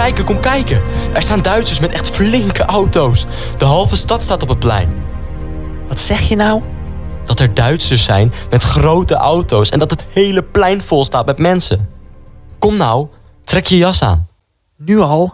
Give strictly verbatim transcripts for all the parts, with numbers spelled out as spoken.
kijken, kom kijken. Er staan Duitsers met echt flinke auto's. De halve stad staat op het plein. Wat zeg je nou? Dat er Duitsers zijn met grote auto's en dat het hele plein vol staat met mensen. Kom nou, trek je jas aan. Nu al?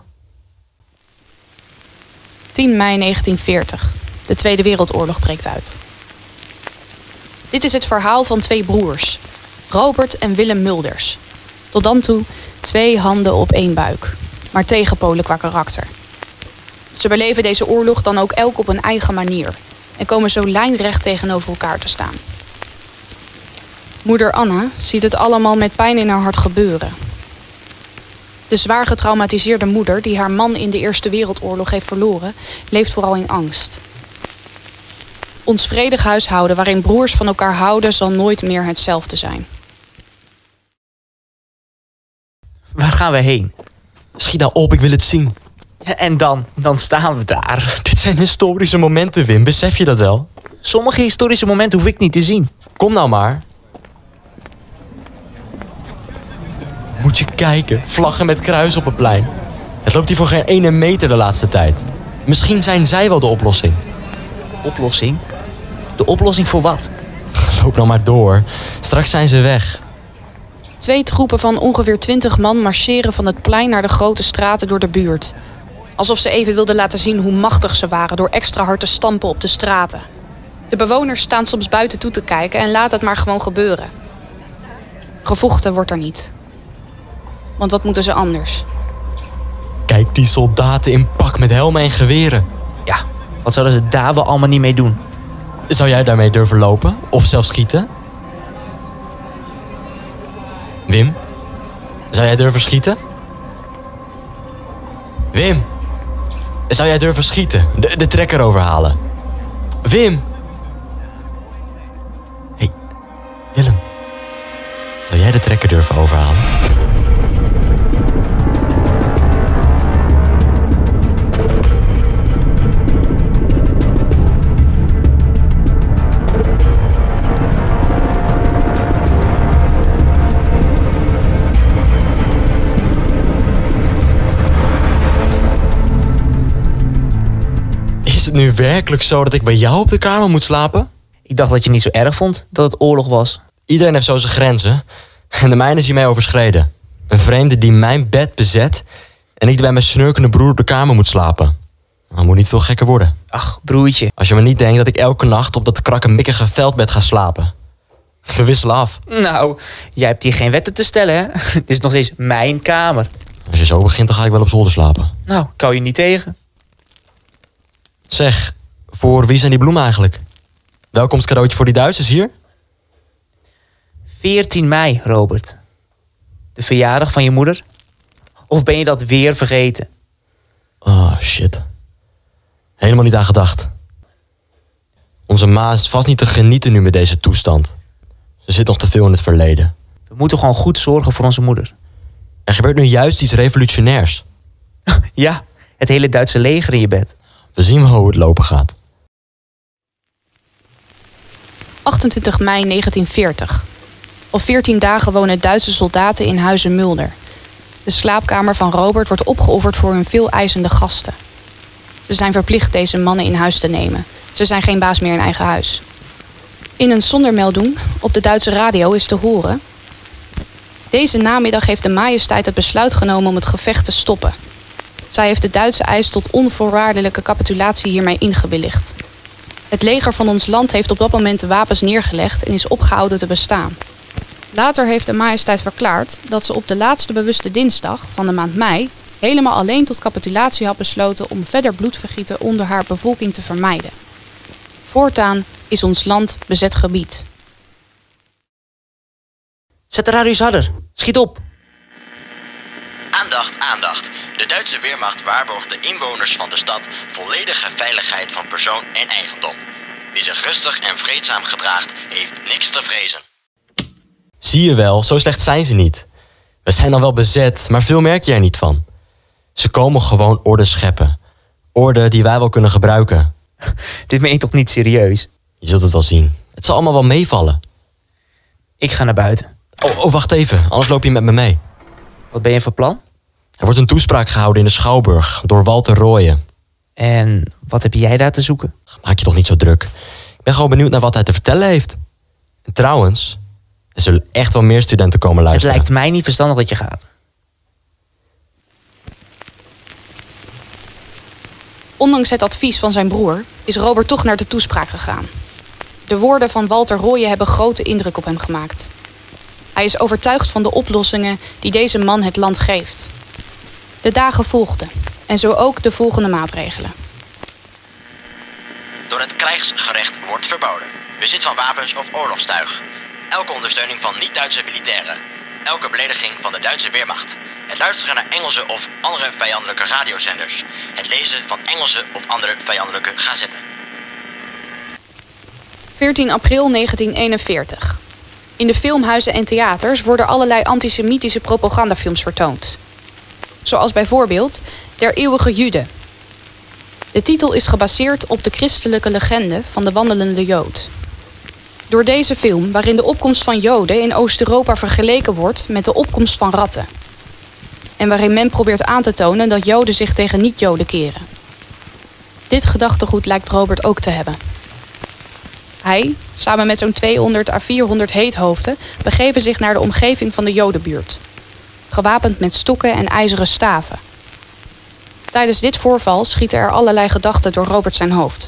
tien mei negentien veertig. De Tweede Wereldoorlog breekt uit. Dit is het verhaal van twee broers. Robert en Willem Mulders. Tot dan toe twee handen op één buik. Maar tegenpolen qua karakter. Ze beleven deze oorlog dan ook elk op een eigen manier. En komen zo lijnrecht tegenover elkaar te staan. Moeder Anna ziet het allemaal met pijn in haar hart gebeuren. De zwaar getraumatiseerde moeder, die haar man in de Eerste Wereldoorlog heeft verloren, leeft vooral in angst. Ons vredig huishouden waarin broers van elkaar houden, zal nooit meer hetzelfde zijn. Waar gaan we heen? Schiet nou op, ik wil het zien. Ja, en dan? Dan staan we daar. Dit zijn historische momenten, Wim. Besef je dat wel? Sommige historische momenten hoef ik niet te zien. Kom nou maar. Moet je kijken. Vlaggen met kruis op het plein. Het loopt hier voor geen ene meter de laatste tijd. Misschien zijn zij wel de oplossing. Oplossing? De oplossing voor wat? Loop nou maar door. Straks zijn ze weg. Twee troepen van ongeveer twintig man marcheren van het plein naar de grote straten door de buurt. Alsof ze even wilden laten zien hoe machtig ze waren door extra hard te stampen op de straten. De bewoners staan soms buiten toe te kijken en laten het maar gewoon gebeuren. Gevochten wordt er niet. Want wat moeten ze anders? Kijk die soldaten in pak met helmen en geweren. Ja, wat zouden ze daar wel allemaal niet mee doen? Zou jij daarmee durven lopen? Of zelfs schieten? Wim? Zou jij durven schieten? Wim? Zou jij durven schieten? De, de trekker overhalen? Wim? Hé, hey, Willem. Zou jij de trekker durven overhalen? Is het nu werkelijk zo dat ik bij jou op de kamer moet slapen? Ik dacht dat je niet zo erg vond dat het oorlog was. Iedereen heeft zo zijn grenzen. En de mijne is hiermee overschreden. Een vreemde die mijn bed bezet en ik bij mijn snurkende broer op de kamer moet slapen. Dat moet niet veel gekker worden. Ach, broertje. Als je maar niet denkt dat ik elke nacht op dat krakkemikkige veldbed ga slapen. We wisselen af. Nou, jij hebt hier geen wetten te stellen, hè? Het is nog steeds mijn kamer. Als je zo begint, dan ga ik wel op zolder slapen. Nou, ik hou je niet tegen. Zeg, voor wie zijn die bloemen eigenlijk? Welkomstcadeautje voor die Duitsers hier? veertien mei, Robert. De verjaardag van je moeder? Of ben je dat weer vergeten? Oh, shit. Helemaal niet aan gedacht. Onze ma is vast niet te genieten nu met deze toestand. Ze zit nog te veel in het verleden. We moeten gewoon goed zorgen voor onze moeder. Er gebeurt nu juist iets revolutionairs. Ja, het hele Duitse leger in je bed. We zien wel hoe het lopen gaat. achtentwintig mei negentien veertig. Al veertien dagen wonen Duitse soldaten in Huizen Mulder. De slaapkamer van Robert wordt opgeofferd voor hun veel eisende gasten. Ze zijn verplicht deze mannen in huis te nemen. Ze zijn geen baas meer in eigen huis. In een sondermelding op de Duitse radio is te horen: deze namiddag heeft de majesteit het besluit genomen om het gevecht te stoppen. Zij heeft de Duitse eis tot onvoorwaardelijke capitulatie hiermee ingewilligd. Het leger van ons land heeft op dat moment de wapens neergelegd en is opgehouden te bestaan. Later heeft de majesteit verklaard dat ze op de laatste bewuste dinsdag van de maand mei helemaal alleen tot capitulatie had besloten om verder bloedvergieten onder haar bevolking te vermijden. Voortaan is ons land bezet gebied. Zet de radio eens harder. Schiet op. Aandacht, aandacht. De Duitse Wehrmacht waarborgt de inwoners van de stad volledige veiligheid van persoon en eigendom. Wie zich rustig en vreedzaam gedraagt, heeft niks te vrezen. Zie je wel, zo slecht zijn ze niet. We zijn dan wel bezet, maar veel merk je er niet van. Ze komen gewoon orde scheppen. Orde die wij wel kunnen gebruiken. Dit meen je toch niet serieus? Je zult het wel zien. Het zal allemaal wel meevallen. Ik ga naar buiten. Oh, oh, wacht even, anders loop je met me mee. Wat ben je van plan? Er wordt een toespraak gehouden in de Schouwburg door Walter Rooyen. En wat heb jij daar te zoeken? Maak je toch niet zo druk. Ik ben gewoon benieuwd naar wat hij te vertellen heeft. En trouwens, er zullen echt wel meer studenten komen Het luisteren. lijkt mij niet verstandig dat je gaat. Ondanks het advies van zijn broer is Robert toch naar de toespraak gegaan. De woorden van Walter Rooyen hebben grote indruk op hem gemaakt. Hij is overtuigd van de oplossingen die deze man het land geeft. De dagen volgden en zo ook de volgende maatregelen. Door het krijgsgerecht wordt verboden. Bezit van wapens of oorlogstuig. Elke ondersteuning van niet-Duitse militairen. Elke belediging van de Duitse Weermacht. Het luisteren naar Engelse of andere vijandelijke radiozenders. Het lezen van Engelse of andere vijandelijke gazetten. veertien april negentien eenenveertig. In de filmhuizen en theaters worden allerlei antisemitische propagandafilms vertoond. Zoals bijvoorbeeld Der eeuwige Jude. De titel is gebaseerd op de christelijke legende van de wandelende Jood. Door deze film, waarin de opkomst van Joden in Oost-Europa vergeleken wordt met de opkomst van ratten. En waarin men probeert aan te tonen dat Joden zich tegen niet-Joden keren. Dit gedachtegoed lijkt Robert ook te hebben. Hij, samen met zo'n tweehonderd à vierhonderd heethoofden, begeven zich naar de omgeving van de Jodenbuurt. Gewapend met stokken en ijzeren staven. Tijdens dit voorval schieten er allerlei gedachten door Robert zijn hoofd.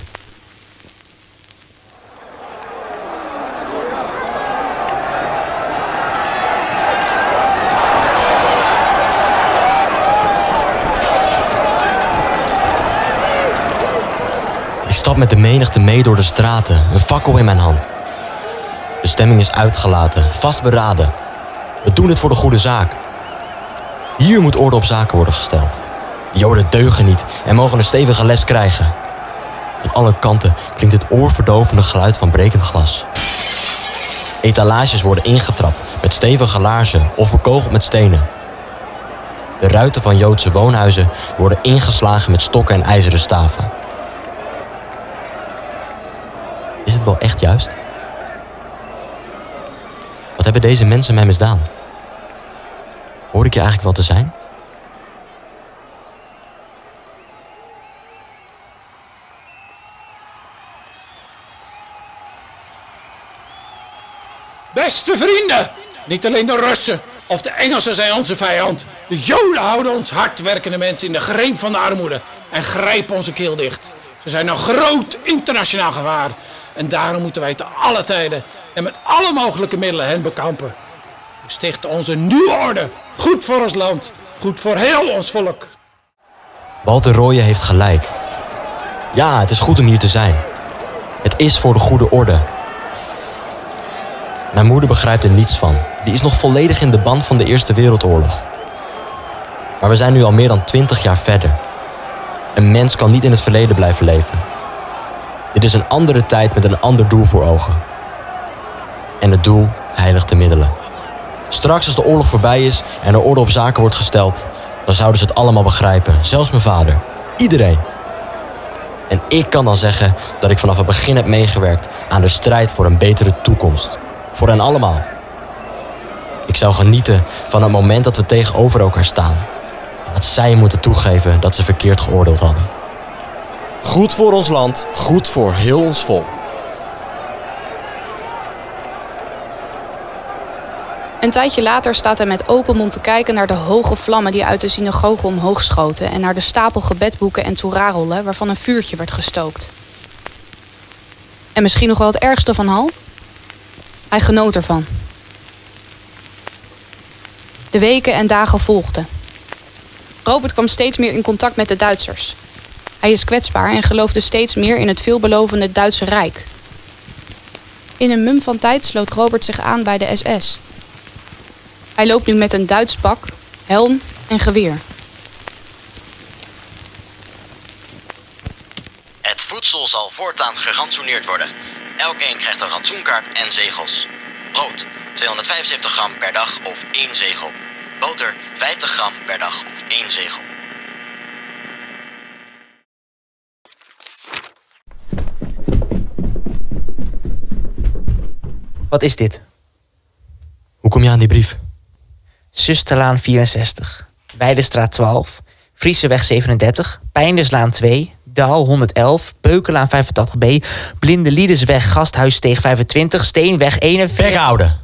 Ik stap met de menigte mee door de straten, een fakkel in mijn hand. De stemming is uitgelaten, vastberaden. We doen het voor de goede zaak. Hier moet orde op zaken worden gesteld. De Joden deugen niet en mogen een stevige les krijgen. Van alle kanten klinkt het oorverdovende geluid van brekend glas. Etalages worden ingetrapt met stevige laarzen of bekogeld met stenen. De ruiten van Joodse woonhuizen worden ingeslagen met stokken en ijzeren staven. Is het wel echt juist? Wat hebben deze mensen mij misdaan? Hoor ik je eigenlijk wel te zijn? Beste vrienden, niet alleen de Russen of de Engelsen zijn onze vijand. De Joden houden ons hardwerkende mensen in de greep van de armoede en grijpen onze keel dicht. Ze zijn een groot internationaal gevaar en daarom moeten wij te alle tijden en met alle mogelijke middelen hen bekampen. We stichten onze nieuwe orde, goed voor ons land, goed voor heel ons volk. Walter Rooyen heeft gelijk. Ja, het is goed om hier te zijn. Het is voor de goede orde. Mijn moeder begrijpt er niets van. Die is nog volledig in de band van de Eerste Wereldoorlog. Maar we zijn nu al meer dan twintig jaar verder. Een mens kan niet in het verleden blijven leven. Dit is een andere tijd met een ander doel voor ogen. En het doel heiligt de middelen. Straks als de oorlog voorbij is en er orde op zaken wordt gesteld, dan zouden ze het allemaal begrijpen. Zelfs mijn vader. Iedereen. En ik kan dan zeggen dat ik vanaf het begin heb meegewerkt aan de strijd voor een betere toekomst. Voor hen allemaal. Ik zou genieten van het moment dat we tegenover elkaar staan. En dat zij moeten toegeven dat ze verkeerd geoordeeld hadden. Goed voor ons land, goed voor heel ons volk. Een tijdje later staat hij met open mond te kijken naar de hoge vlammen die uit de synagoge omhoog schoten en naar de stapel gebedboeken en toerarollen waarvan een vuurtje werd gestookt. En misschien nog wel het ergste van al? Hij genoot ervan. De weken en dagen volgden. Robert kwam steeds meer in contact met de Duitsers. Hij is kwetsbaar en geloofde steeds meer in het veelbelovende Duitse Rijk. In een mum van tijd sloot Robert zich aan bij de S S. Hij loopt nu met een Duits pak, helm en geweer. Het voedsel zal voortaan gerantsoeneerd worden. Elkeen krijgt een rantsoenkaart en zegels. Brood, tweehonderdvijfenzeventig gram per dag of één zegel. Boter, vijftig gram per dag of één zegel. Wat is dit? Hoe kom je aan die brief? Zusterlaan vierenzestig. Weidestraat twaalf, Frieseweg zevenendertig, Pijnderslaan twee, Daal honderd-elf, Beukelaan vijfentachtig B, Blinde Liedensweg, Gasthuissteeg vijfentwintig, Steenweg eenenveertig... Bek houden.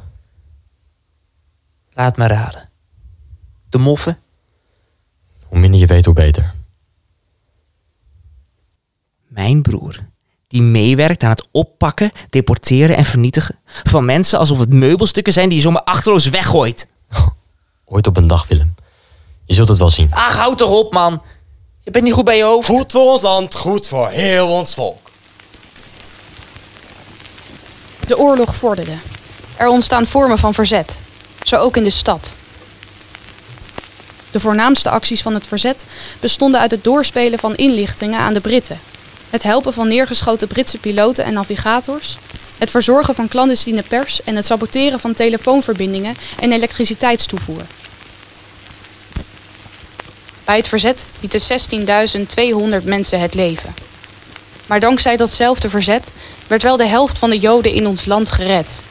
Laat me raden. De moffen? Hoe minder je weet, hoe beter. Mijn broer, die meewerkt aan het oppakken, deporteren en vernietigen van mensen alsof het meubelstukken zijn die je zomaar achterloos weggooit. Ooit op een dag, Willem. Je zult het wel zien. Ach, houd toch op, man. Je bent niet goed bij je hoofd. Goed voor ons land, goed voor heel ons volk. De oorlog vorderde. Er ontstaan vormen van verzet. Zo ook in de stad. De voornaamste acties van het verzet bestonden uit het doorspelen van inlichtingen aan de Britten. Het helpen van neergeschoten Britse piloten en navigators. Het verzorgen van clandestine pers en het saboteren van telefoonverbindingen en elektriciteitstoevoer. Bij het verzet lieten zestienduizend tweehonderd mensen het leven. Maar dankzij datzelfde verzet werd wel de helft van de Joden in ons land gered.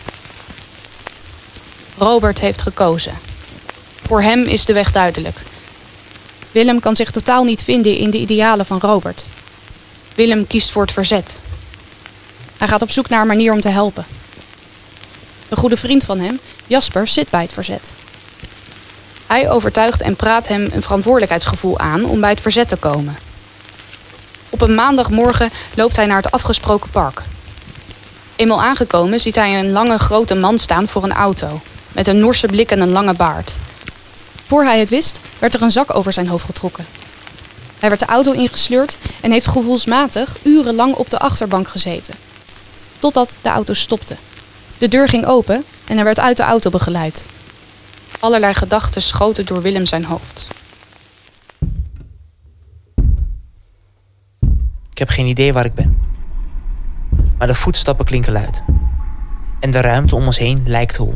Robert heeft gekozen. Voor hem is de weg duidelijk. Willem kan zich totaal niet vinden in de idealen van Robert. Willem kiest voor het verzet. Hij gaat op zoek naar een manier om te helpen. Een goede vriend van hem, Jasper, zit bij het verzet. Hij overtuigt en praat hem een verantwoordelijkheidsgevoel aan om bij het verzet te komen. Op een maandagmorgen loopt hij naar het afgesproken park. Eenmaal aangekomen ziet hij een lange grote man staan voor een auto, met een Norse blik en een lange baard. Voor hij het wist, werd er een zak over zijn hoofd getrokken. Hij werd de auto ingesleurd en heeft gevoelsmatig urenlang op de achterbank gezeten. Totdat de auto stopte. De deur ging open en hij werd uit de auto begeleid. Allerlei gedachten schoten door Willem zijn hoofd. Ik heb geen idee waar ik ben. Maar de voetstappen klinken luid. En de ruimte om ons heen lijkt hol.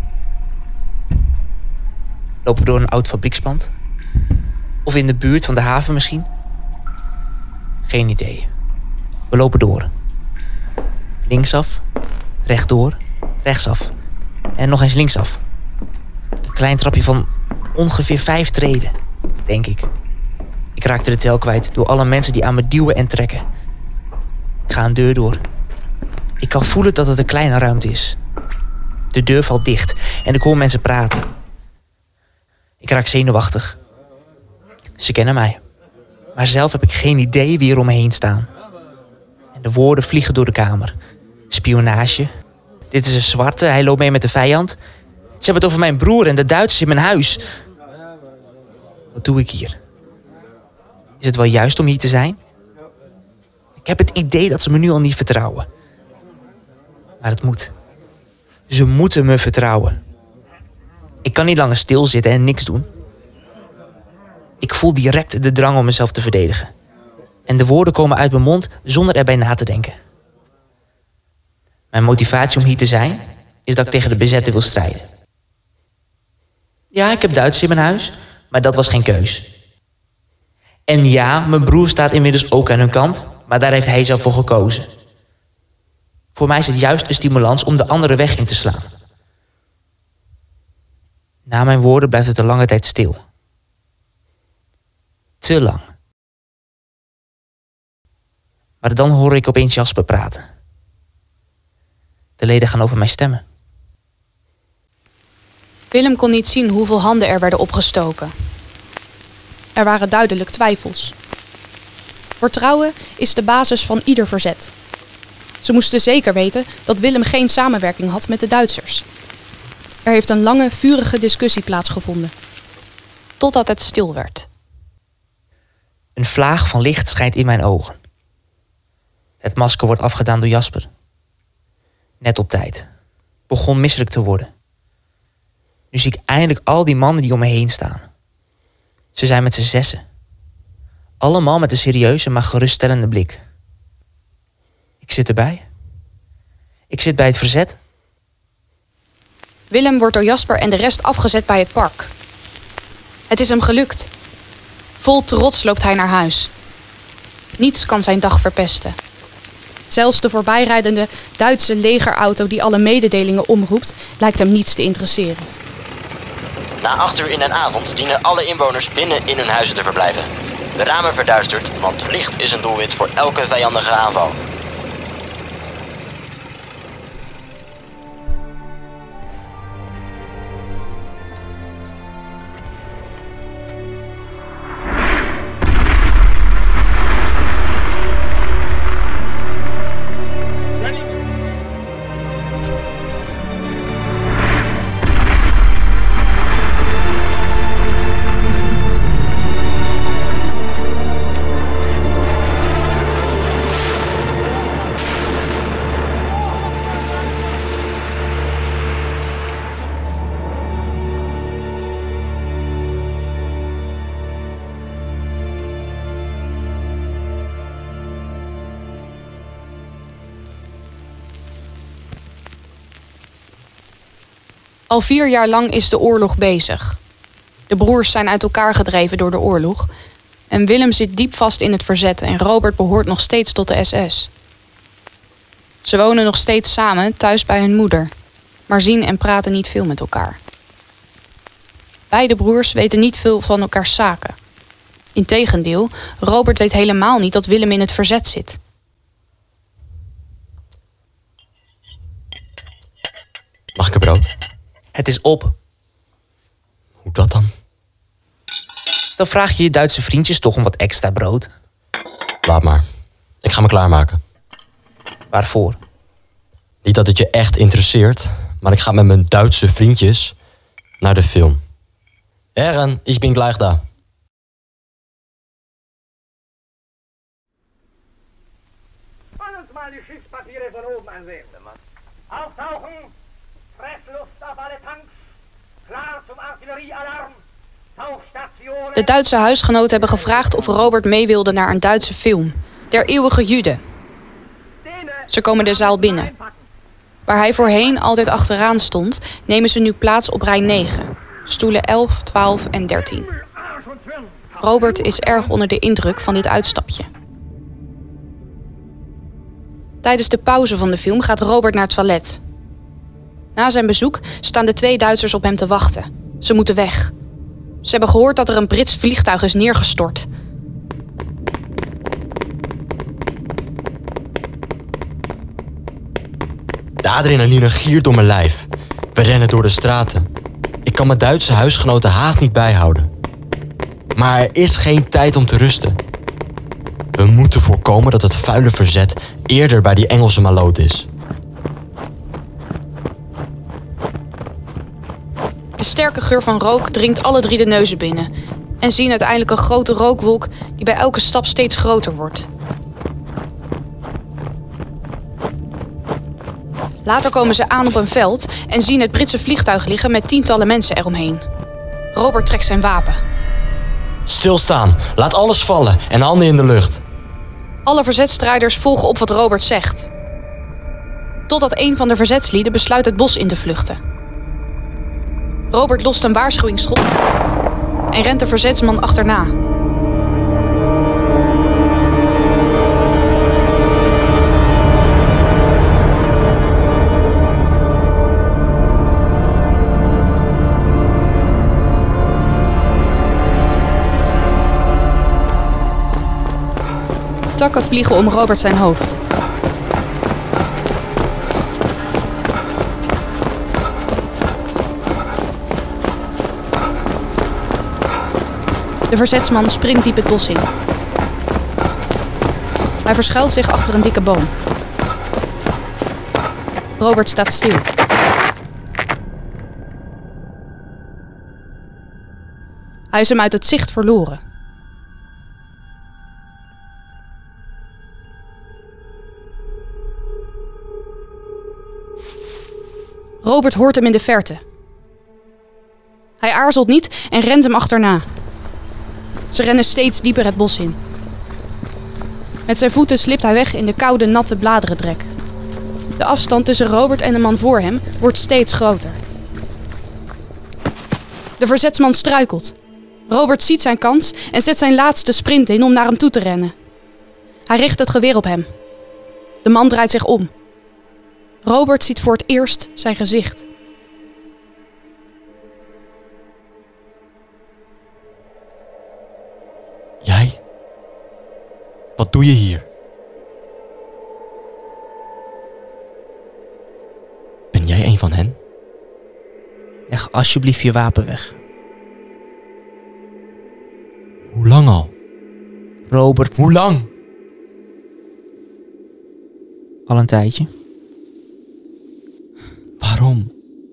Lopen we door een oud fabriekspand? Of in de buurt van de haven misschien? Geen idee. We lopen door. Linksaf, rechtdoor, rechtsaf. En nog eens linksaf. Een klein trapje van ongeveer vijf treden, denk ik. Ik raakte de tel kwijt door alle mensen die aan me duwen en trekken. Ik ga een deur door. Ik kan voelen dat het een kleine ruimte is. De deur valt dicht en ik hoor mensen praten. Ik raak zenuwachtig. Ze kennen mij. Maar zelf heb ik geen idee wie er om me heen staan. En de woorden vliegen door de kamer. Spionage. Dit is een zwarte, hij loopt mee met de vijand. Ze hebben het over mijn broer en de Duitsers in mijn huis. Wat doe ik hier? Is het wel juist om hier te zijn? Ik heb het idee dat ze me nu al niet vertrouwen. Maar het moet. Ze moeten me vertrouwen. Ik kan niet langer stilzitten en niks doen. Ik voel direct de drang om mezelf te verdedigen. En de woorden komen uit mijn mond zonder erbij na te denken. Mijn motivatie om hier te zijn is dat ik tegen de bezetter wil strijden. Ja, ik heb Duitsers in mijn huis, maar dat was geen keus. En ja, mijn broer staat inmiddels ook aan hun kant, maar daar heeft hij zelf voor gekozen. Voor mij is het juist een stimulans om de andere weg in te slaan. Na mijn woorden blijft het een lange tijd stil. Te lang. Maar dan hoor ik opeens Jasper praten. De leden gaan over mij stemmen. Willem kon niet zien hoeveel handen er werden opgestoken. Er waren duidelijk twijfels. Vertrouwen is de basis van ieder verzet. Ze moesten zeker weten dat Willem geen samenwerking had met de Duitsers. Er heeft een lange, vurige discussie plaatsgevonden. Totdat het stil werd. Een vlaag van licht schijnt in mijn ogen. Het masker wordt afgedaan door Jasper. Net op tijd. Begon misselijk te worden. Nu zie ik eindelijk al die mannen die om me heen staan. Ze zijn met z'n zessen. Allemaal met een serieuze maar geruststellende blik. Ik zit erbij. Ik zit bij het verzet. Willem wordt door Jasper en de rest afgezet bij het park. Het is hem gelukt. Vol trots loopt hij naar huis. Niets kan zijn dag verpesten. Zelfs de voorbijrijdende Duitse legerauto die alle mededelingen omroept, lijkt hem niets te interesseren. Na acht uur in de avond dienen alle inwoners binnen in hun huizen te verblijven. De ramen verduisterd, want licht is een doelwit voor elke vijandige aanval. Al vier jaar lang is de oorlog bezig. De broers zijn uit elkaar gedreven door de oorlog. En Willem zit diep vast in het verzet en Robert behoort nog steeds tot de S S. Ze wonen nog steeds samen thuis bij hun moeder, maar zien en praten niet veel met elkaar. Beide broers weten niet veel van elkaars zaken. Integendeel, Robert weet helemaal niet dat Willem in het verzet zit. Mag ik een brood? Het is op. Hoe dat dan? Dan vraag je je Duitse vriendjes toch om wat extra brood. Laat maar. Ik ga me klaarmaken. Waarvoor? Niet dat het je echt interesseert, maar ik ga met mijn Duitse vriendjes naar de film. Herren, ik ben gleich da. Wollen uns mal die Schiffspapiere von oben ansehen. Auftauchen! Fressluft auf alle Tanks! Klar zum Artilleriealarm! Tauchstation! De Duitse huisgenoten hebben gevraagd of Robert mee wilde naar een Duitse film. Der eeuwige Jude. Ze komen de zaal binnen. Waar hij voorheen altijd achteraan stond, nemen ze nu plaats op rij negen. Stoelen elf, twaalf en dertien. Robert is erg onder de indruk van dit uitstapje. Tijdens de pauze van de film gaat Robert naar het toilet. Na zijn bezoek staan de twee Duitsers op hem te wachten. Ze moeten weg. Ze hebben gehoord dat er een Brits vliegtuig is neergestort. De adrenaline giert door mijn lijf. We rennen door de straten. Ik kan mijn Duitse huisgenoten haast niet bijhouden. Maar er is geen tijd om te rusten. We moeten voorkomen dat het vuile verzet eerder bij die Engelse maloot is. De sterke geur van rook dringt alle drie de neuzen binnen. En zien uiteindelijk een grote rookwolk die bij elke stap steeds groter wordt. Later komen ze aan op een veld en zien het Britse vliegtuig liggen met tientallen mensen eromheen. Robert trekt zijn wapen. Stilstaan, laat alles vallen en handen in de lucht. Alle verzetstrijders volgen op wat Robert zegt. Totdat een van de verzetslieden besluit het bos in te vluchten. Robert lost een waarschuwingsschot en rent de verzetsman achterna. Takken vliegen om Robert zijn hoofd. De verzetsman springt diep het bos in. Hij verschuilt zich achter een dikke boom. Robert staat stil. Hij is hem uit het zicht verloren. Robert hoort hem in de verte. Hij aarzelt niet en rent hem achterna. Ze rennen steeds dieper het bos in. Met zijn voeten slipt hij weg in de koude, natte bladerendrek. De afstand tussen Robert en de man voor hem wordt steeds groter. De verzetsman struikelt. Robert ziet zijn kans en zet zijn laatste sprint in om naar hem toe te rennen. Hij richt het geweer op hem. De man draait zich om. Robert ziet voor het eerst zijn gezicht. Wat doe je hier? Ben jij een van hen? Leg alsjeblieft je wapen weg. Hoe lang al? Robert, Hoe lang? al een tijdje. Waarom?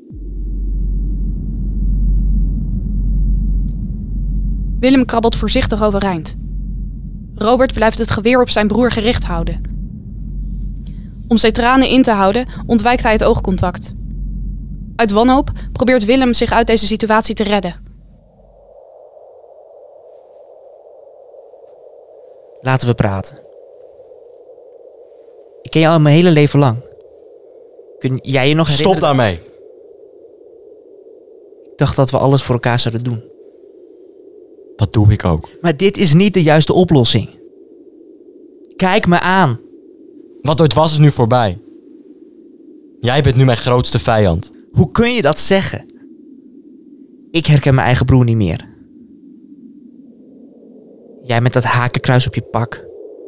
Willem krabbelt voorzichtig overeind. Robert blijft het geweer op zijn broer gericht houden. Om zijn tranen in te houden, ontwijkt hij het oogcontact. Uit wanhoop probeert Willem zich uit deze situatie te redden. Laten we praten. Ik ken jou al mijn hele leven lang. Kun jij je nog Stop herinneren? daarmee. Ik dacht dat we alles voor elkaar zouden doen. Dat doe ik ook. Maar dit is niet de juiste oplossing. Kijk me aan. Wat ooit was is nu voorbij. Jij bent nu mijn grootste vijand. Hoe kun je dat zeggen? Ik herken mijn eigen broer niet meer. Jij met dat hakenkruis op je pak.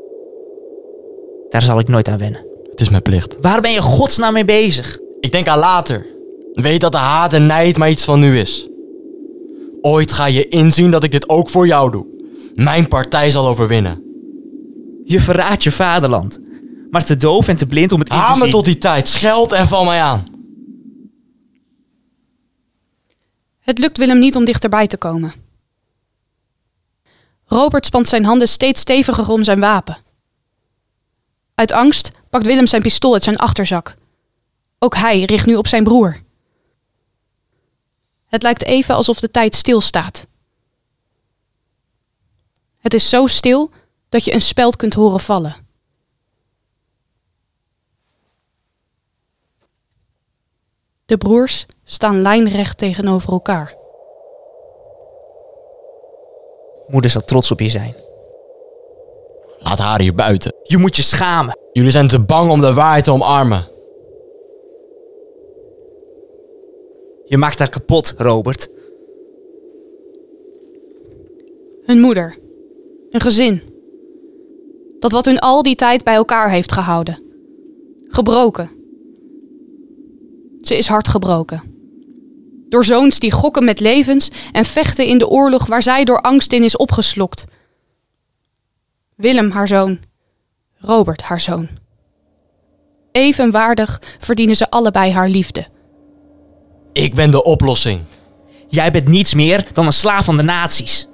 Daar zal ik nooit aan wennen. Het is mijn plicht. Waar ben je godsnaam mee bezig? Ik denk aan later. Weet dat de haat en nijd maar iets van nu is. Ooit ga je inzien dat ik dit ook voor jou doe. Mijn partij zal overwinnen. Je verraadt je vaderland. Maar te doof en te blind om het in te Haal me zien. tot die tijd. Scheld en val mij aan. Het lukt Willem niet om dichterbij te komen. Robert spant zijn handen steeds steviger om zijn wapen. Uit angst pakt Willem zijn pistool uit zijn achterzak. Ook hij richt nu op zijn broer. Het lijkt even alsof de tijd stilstaat. Het is zo stil dat je een speld kunt horen vallen. De broers staan lijnrecht tegenover elkaar. Moeder zal trots op je zijn. Laat haar hier buiten. Je moet je schamen. Jullie zijn te bang om de waarheid te omarmen. Je maakt haar kapot, Robert. Hun moeder. Een gezin. Dat wat hun al die tijd bij elkaar heeft gehouden. Gebroken. Ze is hard gebroken. Door zoons die gokken met levens en vechten in de oorlog waar zij door angst in is opgeslokt. Willem haar zoon. Robert haar zoon. Evenwaardig verdienen ze allebei haar liefde. Ik ben de oplossing. Jij bent niets meer dan een slaaf van de nazi's.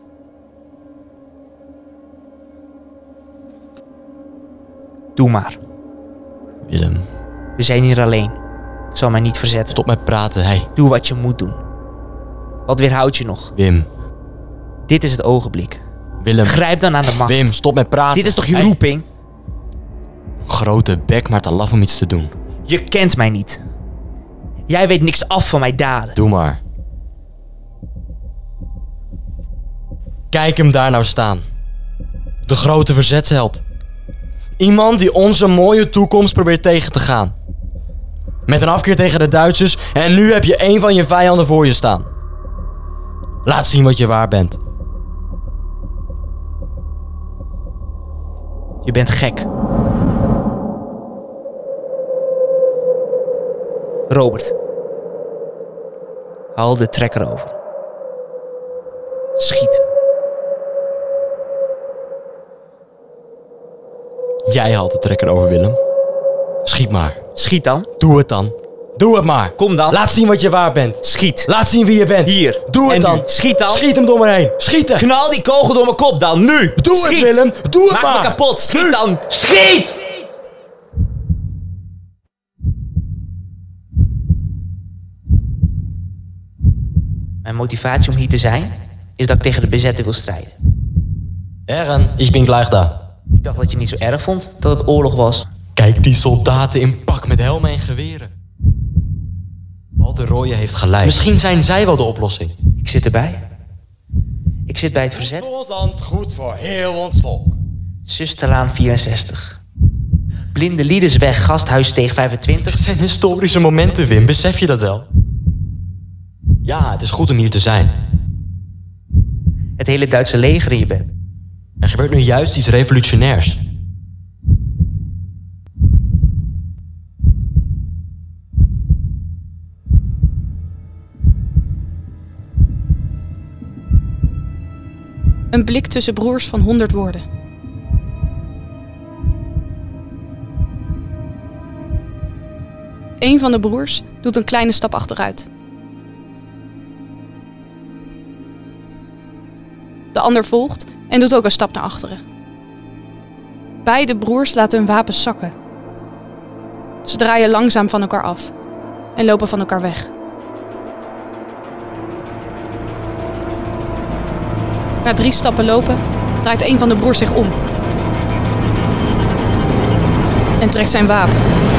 Doe maar. Willem, We zijn hier alleen. Ik zal mij niet verzetten. stop met praten. Hey, Doe wat je moet doen. Wat weerhoudt je nog? Wim. Dit is het ogenblik. Willem. Grijp dan aan de macht. Wim, stop met praten. Dit is toch je Hey. roeping? Grote bek, maar te laf om iets te doen. Je kent mij niet. Jij weet niks af van mijn daden. Doe maar. Kijk hem daar nou staan. De grote verzetsheld. Iemand die onze mooie toekomst probeert tegen te gaan. Met een afkeer tegen de Duitsers en nu heb je een van je vijanden voor je staan. Laat zien wat je waar bent. Je bent gek. Robert. Haal de trekker over. Schiet. Jij haalt de trekker over, Willem. Schiet maar. Schiet dan. Doe het dan. Doe het maar. Kom dan. Laat zien wat je waar bent. Schiet. Laat zien wie je bent. Hier. Doe het En dan. nu. Schiet dan. Schiet hem door me heen. Schieten. Knal die kogel door mijn kop dan. Nu. Doe het, Schiet. Willem. Doe het Maak maar. me kapot. Schiet Nu. dan. Schiet! Mijn motivatie om hier te zijn is dat ik tegen de bezetter wil strijden. Eren, ik ben gleich daar. Ik dacht dat je niet zo erg vond dat het oorlog was. Kijk die soldaten in pak met helmen en geweren. Walter Rooyen heeft gelijk. Misschien zijn zij wel de oplossing. Ik zit erbij. Ik zit bij het verzet. Voor ons land, goed voor heel ons volk. Zusterlaan vierenzestig. Blinde Liedensweg, Gasthuissteeg vijfentwintig. Het zijn historische momenten, Wim. Besef je dat wel? Ja, het is goed om hier te zijn. Het hele Duitse leger in je bed. Er gebeurt nu juist iets revolutionairs. Een blik tussen broers van honderd woorden. Een van de broers doet een kleine stap achteruit. De ander volgt en doet ook een stap naar achteren. Beide broers laten hun wapens zakken. Ze draaien langzaam van elkaar af en lopen van elkaar weg. Na drie stappen lopen draait een van de broers zich om en trekt zijn wapen.